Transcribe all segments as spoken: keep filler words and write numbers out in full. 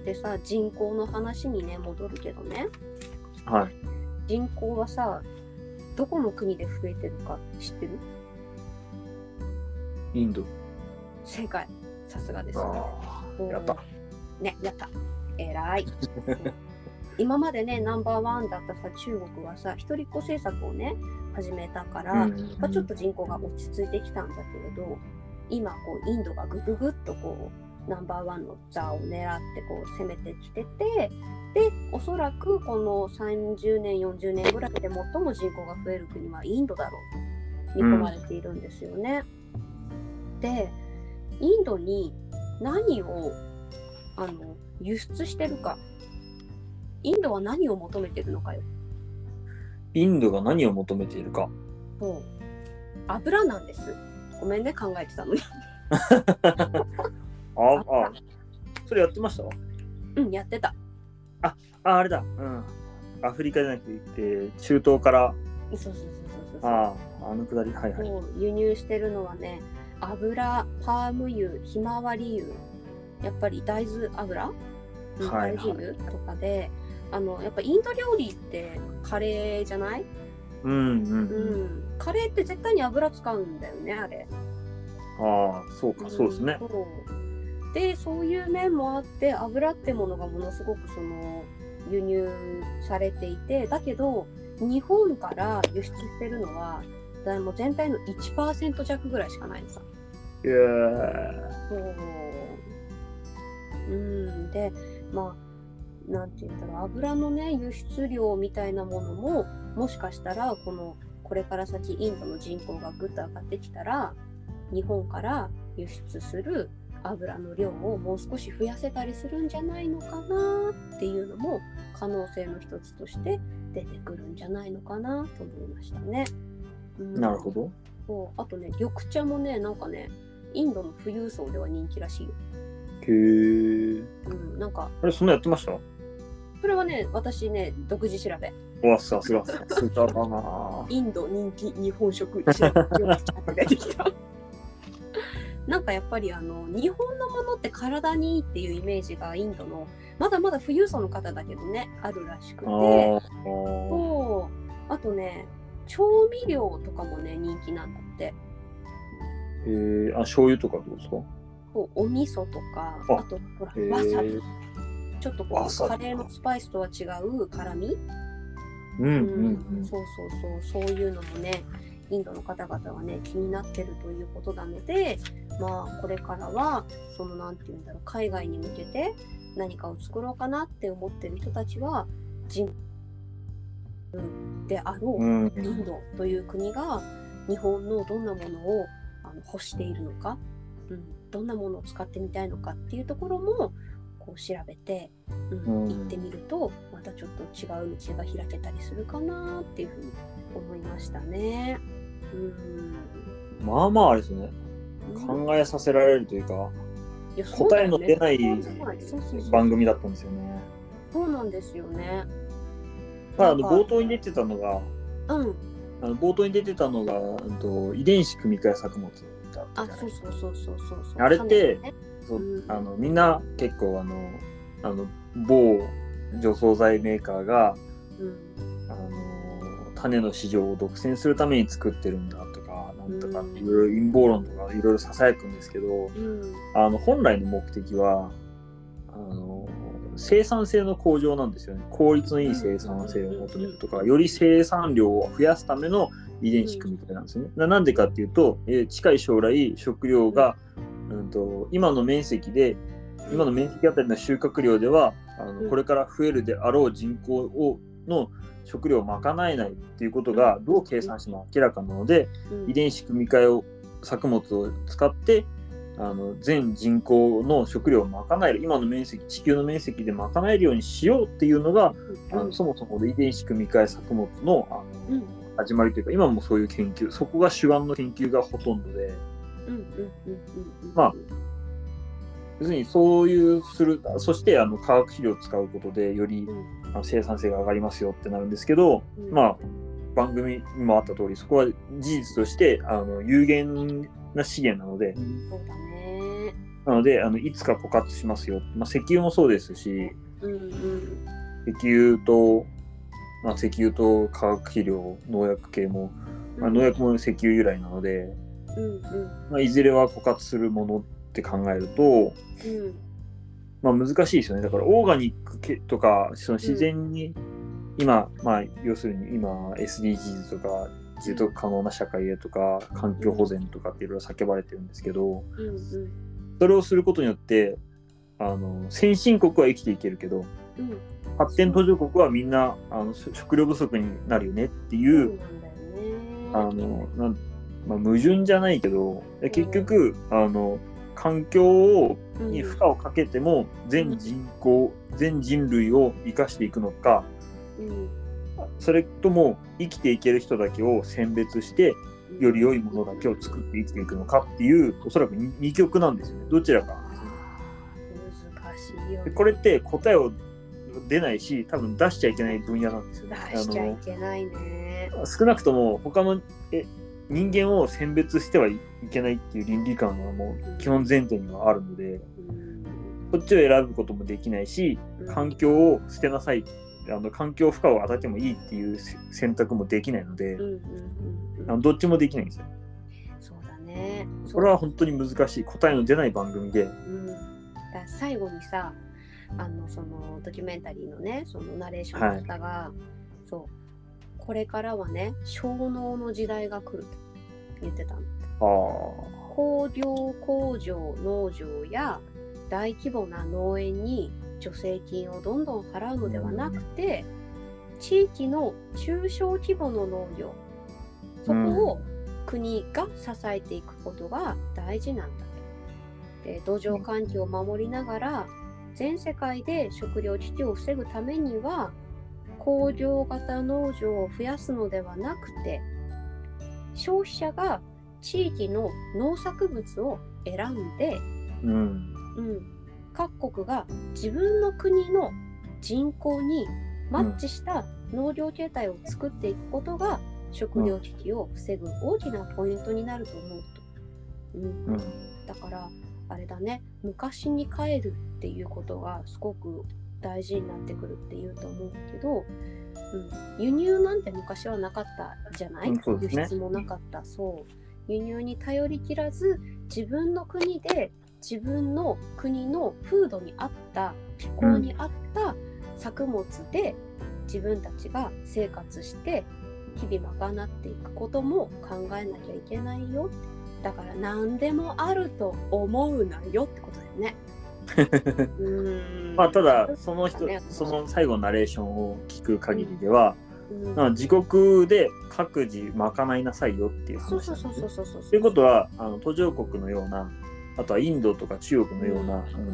してさ、人口の話にね戻るけどね、 はい。 人口はさ、どこの国で増えてるか知ってる？ インド。 正解。さすがです。 ああ、やった。 ね、やった。えらい。今までね、ナンバーワンだったさ、中国はさ、一人っ子政策をね、始めたから、うんうん、まあ、ちょっと人口が落ち着いてきたんだけれど、今、こう、インドがぐぐぐっとこう、ナンバーワンの座を狙ってこう攻めてきてて、で、おそらくこのさんじゅうねん、よんじゅうねんぐらいで最も人口が増える国はインドだろうと見込まれているんですよね。うん、で、インドに何をあの輸出してるか。インドは何を求めてるのかよ。 インドが何を求めているか。 そう。油なんです。ごめんね、考えてたのに。 ああ、それやってました？ うん、やってた。 あ、あ、あれだ。うん。アフリカじゃなくて、中東から。 そうそうそうそうそう。 ああ、あのくだり。はいはい。 輸入してるのはね、油、パーム油、ひまわり油、やっぱり大豆油、はいはい、大豆油とかで、あのやっぱインド料理ってカレーじゃない？ うんうん、うんうん。カレーって絶対に油使うんだよね、あれ。 ああ、そうか、そうですね。 うん、そうで、そういう面もあって、油ってものがものすごくその輸入されていて、だけど日本から輸出してるのはだもう全体の いちパーセント 弱ぐらいしかないのさ。 いやそううんで、まあなんていうんだろう、油のね輸出量みたいなものももしかしたらこのこれから先インドの人口がぐっと上がってきたら日本から輸出する油の量をもう少し増やせたりするんじゃないのかなっていうのも可能性の一つとして出てくるんじゃないのかなと思いましたね。うん、 なるほど。 そうあとね、緑茶もね、なんかね、インドの富裕層では人気らしいよ。 へー。 うん、なんかあれ、そんなやってました？ それはね、私ね、独自調べ。 わ、さすが、さすがだな。 インド人気日本食調べ緑茶が出てきた。なんかやっぱりあの日本のものって体にいいっていうイメージがインドのまだまだ富裕層の方だけどねあるらしくて、あそうあとね調味料とかもね人気なんだって。 へえ、あ醤油とかどうですか？ お味噌とか あ, あとほらわさび、ちょっとこうカレーのスパイスとは違う辛み、 うんうんうん、 そうそうそうそういうのもねインドの方々はね気になってるということなので、まあこれからはそのなんていうんだろう海外に向けて何かを作ろうかなって思ってる人たちは人であろう、うん、インドという国が日本のどんなものをあの欲しているのか、うん、どんなものを使ってみたいのかっていうところもこう調べて、うん、行ってみるとまたちょっと違う道が開けたりするかなっていうふうに思いましたね。うんまあまああれですね、うん、考えさせられるというか、いやそうだよね、答えの出ない番組だったんですよね。 そうなんですよね。 ただあの冒頭に出てたのが、 うん、 あの冒頭に出てたのが、うんと、遺伝子組み換え作物だったじゃない。 あ、そうそうそうそうそうそう。 あれって、ね、そう、うん、あのみんな結構あのあの某除草剤メーカーが、うん、あの種の市場を独占するために作ってるんだとかなんとかいろいろ陰謀論とかいろいろささやくんですけど、うん、あの本来の目的はあの生産性の向上なんですよね。効率のいい生産性を求めるとか、より生産量を増やすための遺伝子組み換えなんですよね。なんでかっていうと、えー、近い将来食料が、うんと、今の面積で今の面積あたりの収穫量ではあのこれから増えるであろう人口をの食料を賄えないっていうことがどう計算しても明らかなので、遺伝子組み換えを作物を使ってあの全人口の食料を賄える、今の面積地球の面積で賄えるようにしようっていうのが、うん、あのそもそもの遺伝子組み換え作物の、あの、うん、始まりというか、今もそういう研究、そこが主眼の研究がほとんどで、まあ要するにそういうする、そしてあの化学肥料を使うことでより、うん、あの生産性が上がりますよってなるんですけど、うん、まあ番組にもあった通りそこは事実としてあの有限な資源なので、 そうだね、 ね。 なのであのいつか枯渇しますよ、まあ、石油もそうですし、 うんうん、 石油と、まあ、石油と化学肥料、農薬系も、まあ、農薬も石油由来なので、 うんうんまあ、いずれは枯渇するものって考えると、 うんまあ、難しいですよね。だからオーガニック系とかその自然に、うん、今、まあ、要するに今 エスディージーズ とか持続可能な社会へとか環境保全とかっていろいろ叫ばれてるんですけど、 うんうん、 それをすることによってあの先進国は生きていけるけど、うん、発展途上国はみんなあの食料不足になるよねっていう、あのなんまあ、矛盾じゃないけど結局あの環境に負荷をかけても全人口、うん、全人類を生かしていくのか、うん、それとも生きていける人だけを選別してより良いものだけを作って生きていくのかっていうおそらく二極なんですよね。どちらかなんですね。 難しいよね。 これって答えを出ないし多分出しちゃいけない分野なんですよね。 出しちゃいけないね。 少なくとも他のえ人間を選別してはいけないっていう倫理観はもう基本前提にはあるので、うん、こっちを選ぶこともできないし、うん、環境を捨てなさい、あの環境負荷を与えてもいいっていう選択もできないので、うんうんうんうん、あのどっちもできないんですよ。 そうだね。 これは本当に難しい答えの出ない番組で、うん、 だ最後にさあのそのドキュメンタリーのねそのナレーションの方が、はい、そうこれからはね小農の時代が来ると言ってたの。あ工業工場農場や大規模な農園に助成金をどんどん払うのではなくて、うん、地域の中小規模の農業そこを国が支えていくことが大事なんだと。で土壌環境を守りながら全世界で食糧危機を防ぐためには工業型農場を増やすのではなくて消費者が地域の農作物を選んで、うんうん、各国が自分の国の人口にマッチした農業形態を作っていくことが食糧危機を防ぐ大きなポイントになると思うと、うんうん、だからあれだね昔に帰るっていうことがすごく大事になってくるっていうと思うけど、うん、輸入なんて昔はなかったじゃない、うんそうですね、輸出もなかったそう輸入に頼りきらず自分の国で自分の国の風土に合った気候に合った作物で自分たちが生活して日々賄っていくことも考えなきゃいけないよ。だから何でもあると思うなよってことだよね。うーんまあただその人、ね、その最後のナレーションを聞く限りでは、うんうん、自国で各自賄いなさいよっていう話なんです。そうそうそうそうそう。ということはあの途上国のようなあとはインドとか中国のような、うん、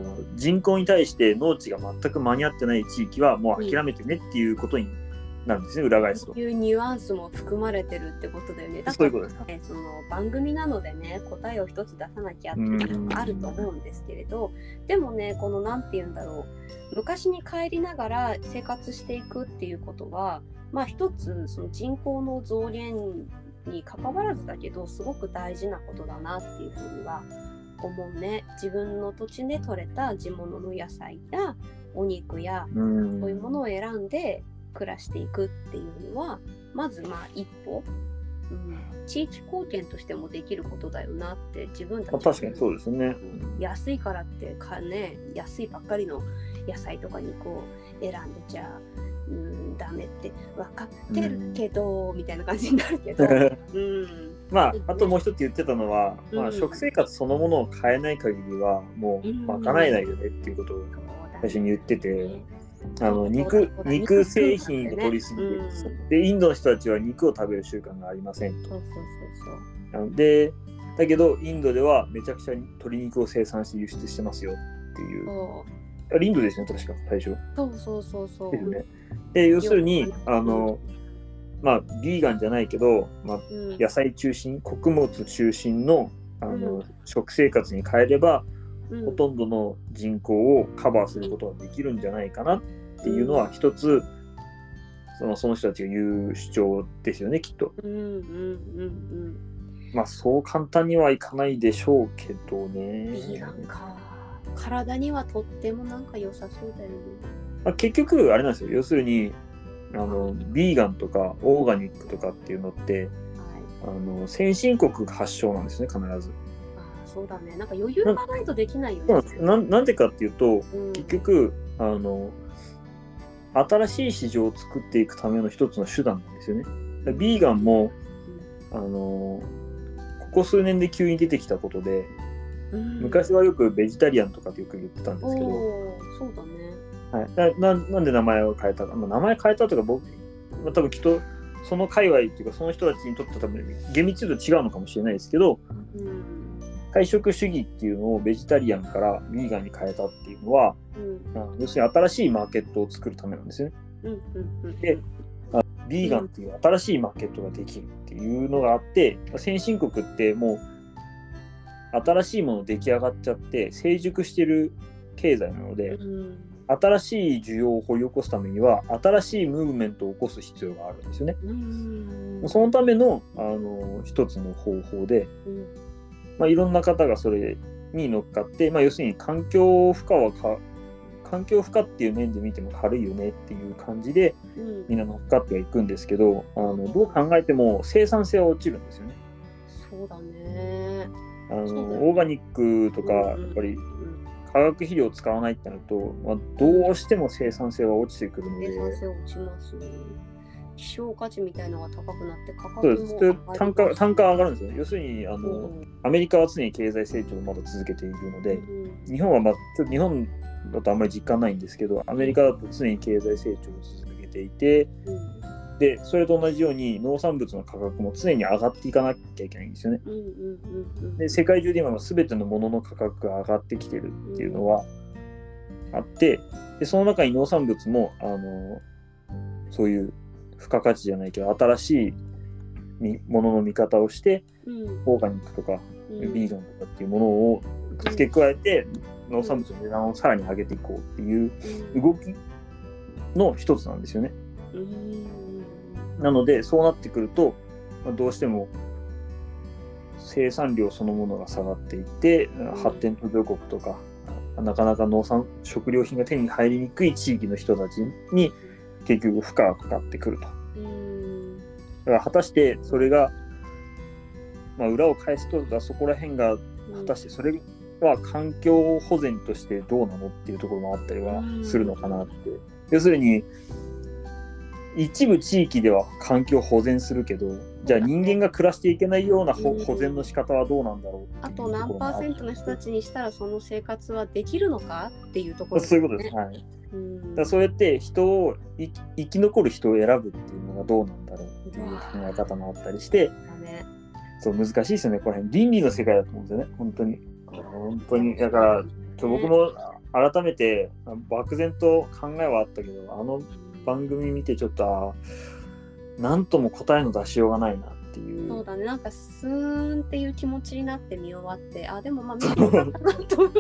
と人口に対して農地が全く間に合ってない地域はもう諦めてねっていうことになるんですね、裏返すと。 そういうニュアンスも含まれてるってことだよね。だからそういうことですか、 ね、その番組なのでね答えを一つ出さなきゃっていうのがあると思うんですけれど、でもねこのなんて言うんだろう昔に帰りながら生活していくっていうことはまあ一つその人口の増減に関わらずだけどすごく大事なことだなっていうふうには思うね。自分の土地で採れた地物の野菜やお肉やそういうものを選んで暮らしていくっていうのはまずまあ一歩、うん、地域貢献としてもできることだよなって自分たちは、 確かにそうですね、 うん、安いからってかね安いばっかりの野菜とか肉を選んでちゃうん、ダメって分かってるけど、うん、みたいな感じになるけど、うん、 まああともう一つ言ってたのは、うんまあ、食生活そのものを変えない限りはもう賄えないよねっていうことを最初に言ってて、うんあの 肉, 肉製品を取りすぎて、うん、でインドの人たちは肉を食べる習慣がありませんと。そうそうそうそうでだけどインドではめちゃくちゃ鶏肉を生産して輸出してますよっていうあインドですね確か最初。 そうそうそうそう。 で、ね、で要するにあの、まあビーガンじゃないけど、まあ、うん、野菜中心穀物中心のあの、うん、食生活に変えればうん、ほとんどの人口をカバーすることができるんじゃないかなっていうのは一つ、うん、その、その人たちが言う主張ですよねきっと。 うんうんうんうん。 まあそう簡単にはいかないでしょうけどね。 ビーガンか。体にはとってもなんか良さそうだよね。 まあ、結局あれなんですよ。要するにあのビーガンとかオーガニックとかっていうのって、はい、あの先進国発祥なんですね、必ず。 あ、そうだね。なんか余裕がないとできないよね。 な, なんでかっていうと、うん、結局あの新しい市場を作っていくための一つの手段なんですよね。ビーガンも、うん、あのここ数年で急に出てきたことで、うん、昔はよくベジタリアンとかってよく言ってたんですけど、 そうだね。 はい、な, な, なんで名前を変えたか、まあ、名前変えたとか僕、まあ、多分きっとその界隈っていうかその人たちにとって多分厳密に言うと違うのかもしれないですけど、うん、菜食主義っていうのをベジタリアンからビーガンに変えたっていうのは、うん、要するに新しいマーケットを作るためなんですよね。うんうんうん、でビーガンっていう新しいマーケットができるっていうのがあって、先進国ってもう新しいもの出来上がっちゃって成熟してる経済なので、うん、新しい需要を掘り起こすためには新しいムーブメントを起こす必要があるんですよね。うん、そのための、あの一つの方法で、うんまあ、いろんな方がそれに乗っかって、まあ、要するに環境負荷はか環境負荷っていう面で見ても軽いよねっていう感じで、うん、みんな乗っかってはいくんですけど、あのどう考えても生産性は落ちるんですよね。 そうだね。 あのオーガニックとかやっぱり化学肥料を使わないってなると、まあ、どうしても生産性は落ちてくるので、 生産性落ちますね。希少価値みたいなのが高くなって価格もそうです単価単価上がるんですよ。要するにあの、うん、アメリカは常に経済成長をまだ続けているので、うん、日本は、まあ、ちょっと日本だとあんまり実感ないんですけど、アメリカだと常に経済成長を続けていて、うん、でそれと同じように農産物の価格も常に上がっていかなきゃいけないんですよね。うんうんうんうん、で世界中で今全てのものの価格が上がってきてるっていうのはあって、でその中に農産物もあのそういう付加価値じゃないけど新しいものの見方をして、うん、オーガニックとか、うん、ビーガンとかっていうものを付け加えて、うん、農産物の値段をさらに上げていこうっていう動きの一つなんですよね。うん、なのでそうなってくると、まあ、どうしても生産量そのものが下がっていって、うん、発展途上国とかなかなか農産食料品が手に入りにくい地域の人たちに結局負荷がかかってくると。うんだから果たしてそれが、まあ、裏を返すとそこら辺が果たしてそれは環境保全としてどうなのっていうところもあったりはするのかなって。要するに一部地域では環境保全するけど、じゃあ人間が暮らしていけないような保全の仕方はどうなんだろうあと何パーセントの人たちにしたらその生活はできるのかっていうところですね。そういうことです。はい。うん、だからそうやって人を生き残る人を選ぶっていうのがどうなんだろうっていう考え方もあったりして、ね、そう難しいですよね。これ倫理の世界だと思うんですよね。本当に本当にだから僕も改めて漠然と考えはあったけど、あの番組見てちょっと何とも答えの出しようがないなっていう。 そうだね、なんかスーンっていう気持ちになって見終わって、あでもまあ見てよかったなと思った。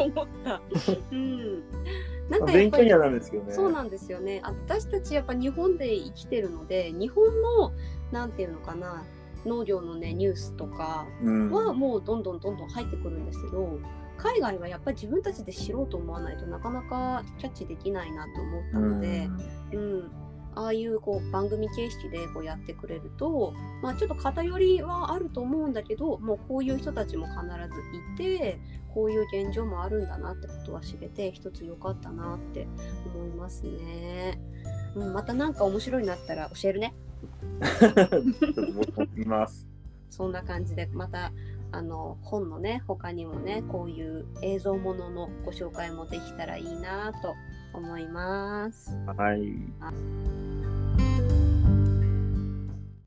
うん。 なんか勉強にはなるんですけどね。 そうなんですよね。私たちやっぱ日本で生きてるので、日本のなんていうのかな、農業のねニュースとかはもうどんどんどんどん入ってくるんですけど、うん、海外はやっぱり自分たちで知ろうと思わないとなかなかキャッチできないなと思ったので、うん、うん、ああいうこう番組形式でこうやってくれると、まあ、ちょっと偏りはあると思うんだけど、もうこういう人たちも必ずいて、こういう現状もあるんだなってことは知れて、一つ良かったなって思いますね。うん、またなんか面白いなったら教えるね。 ちょっと僕も見ます。 そんな感じでまたあの本のね他にもねこういう映像もののご紹介もできたらいいなと思います。 はい。